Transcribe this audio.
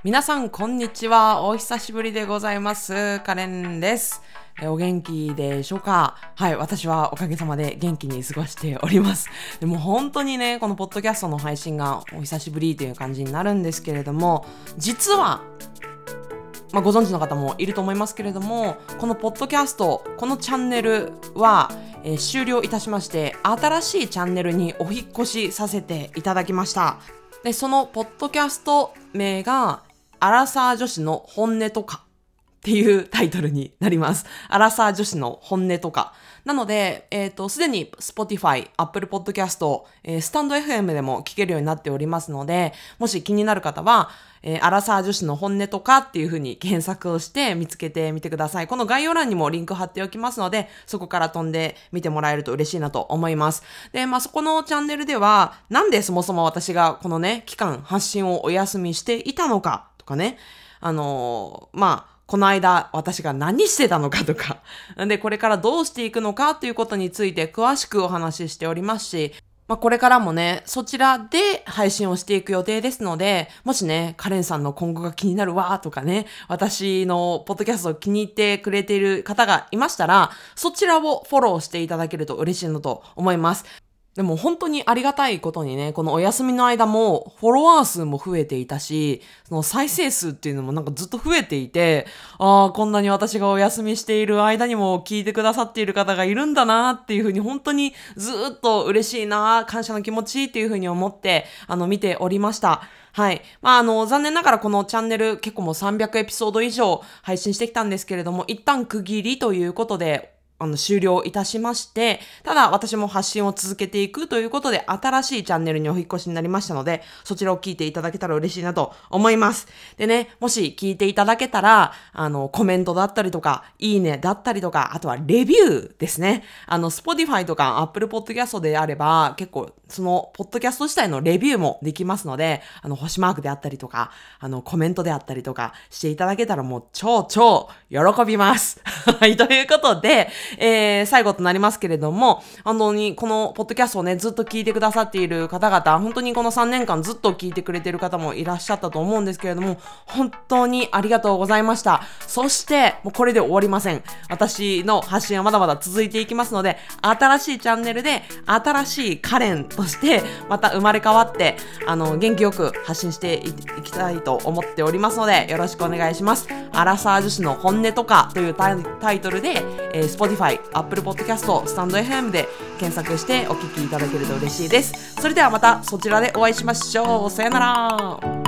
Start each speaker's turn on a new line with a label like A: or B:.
A: 皆さんこんにちは。お久しぶりでございます。カレンです。お元気でしょうか？はい、私はおかげさまで元気に過ごしております。でも本当にね、このポッドキャストの配信がお久しぶりという感じになるんですけれども、実はご存知の方もいると思いますけれども、このポッドキャスト、このチャンネルは、終了いたしまして、新しいチャンネルにお引っ越しさせていただきました。で、そのポッドキャスト名が、アラサー女子の本音とかっていうタイトルになります。アラサー女子の本音とか。なので、すでに Spotify、Apple Podcast、スタンド FM でも聞けるようになっておりますので、もし気になる方は、アラサー女子の本音とかっていう風に検索をして見つけてみてください。この概要欄にもリンク貼っておきますので、そこから飛んでみてもらえると嬉しいなと思います。で、そこのチャンネルでは、なんでそもそも私がこのね、期間発信をお休みしていたのかとかね、この間私が何してたのかとか、で、これからどうしていくのかということについて詳しくお話ししておりますし、これからもね、そちらで配信をしていく予定ですので、もしね、カレンさんの今後が気になるわとかね、私のポッドキャストを気に入ってくれている方がいましたら、そちらをフォローしていただけると嬉しいのと思います。でも本当にありがたいことにね、このお休みの間もフォロワー数も増えていたし、その再生数っていうのもなんかずっと増えていて、こんなに私がお休みしている間にも聞いてくださっている方がいるんだなっていうふうに本当にずっと嬉しいな、感謝の気持ちっていうふうに思って見ておりました。はい。残念ながらこのチャンネル結構もう300エピソード以上配信してきたんですけれども、一旦区切りということで、終了いたしまして、ただ私も発信を続けていくということで、新しいチャンネルにお引っ越しになりましたので、そちらを聞いていただけたら嬉しいなと思います。でね、もし聞いていただけたら、コメントだったりとか、いいねだったりとか、あとはレビューですね。Spotify とか Apple Podcast であれば、結構、その、ポッドキャスト自体のレビューもできますので、星マークであったりとか、コメントであったりとかしていただけたらもう超喜びます。はい、ということで、最後となりますけれども、本当にこのポッドキャストをね、ずっと聞いてくださっている方々、本当にこの3年間ずっと聞いてくれている方もいらっしゃったと思うんですけれども、本当にありがとうございました。そして、もうこれで終わりません。私の発信はまだまだ続いていきますので、新しいチャンネルで、新しいカレンとして、また生まれ変わって、元気よく発信していきたいと思っておりますので、よろしくお願いします。アラサー女子の本音とかというタイトルで、Spotify、Apple Podcast、スタンド FM で検索してお聞きいただけると嬉しいです。それではまたそちらでお会いしましょう。さよなら。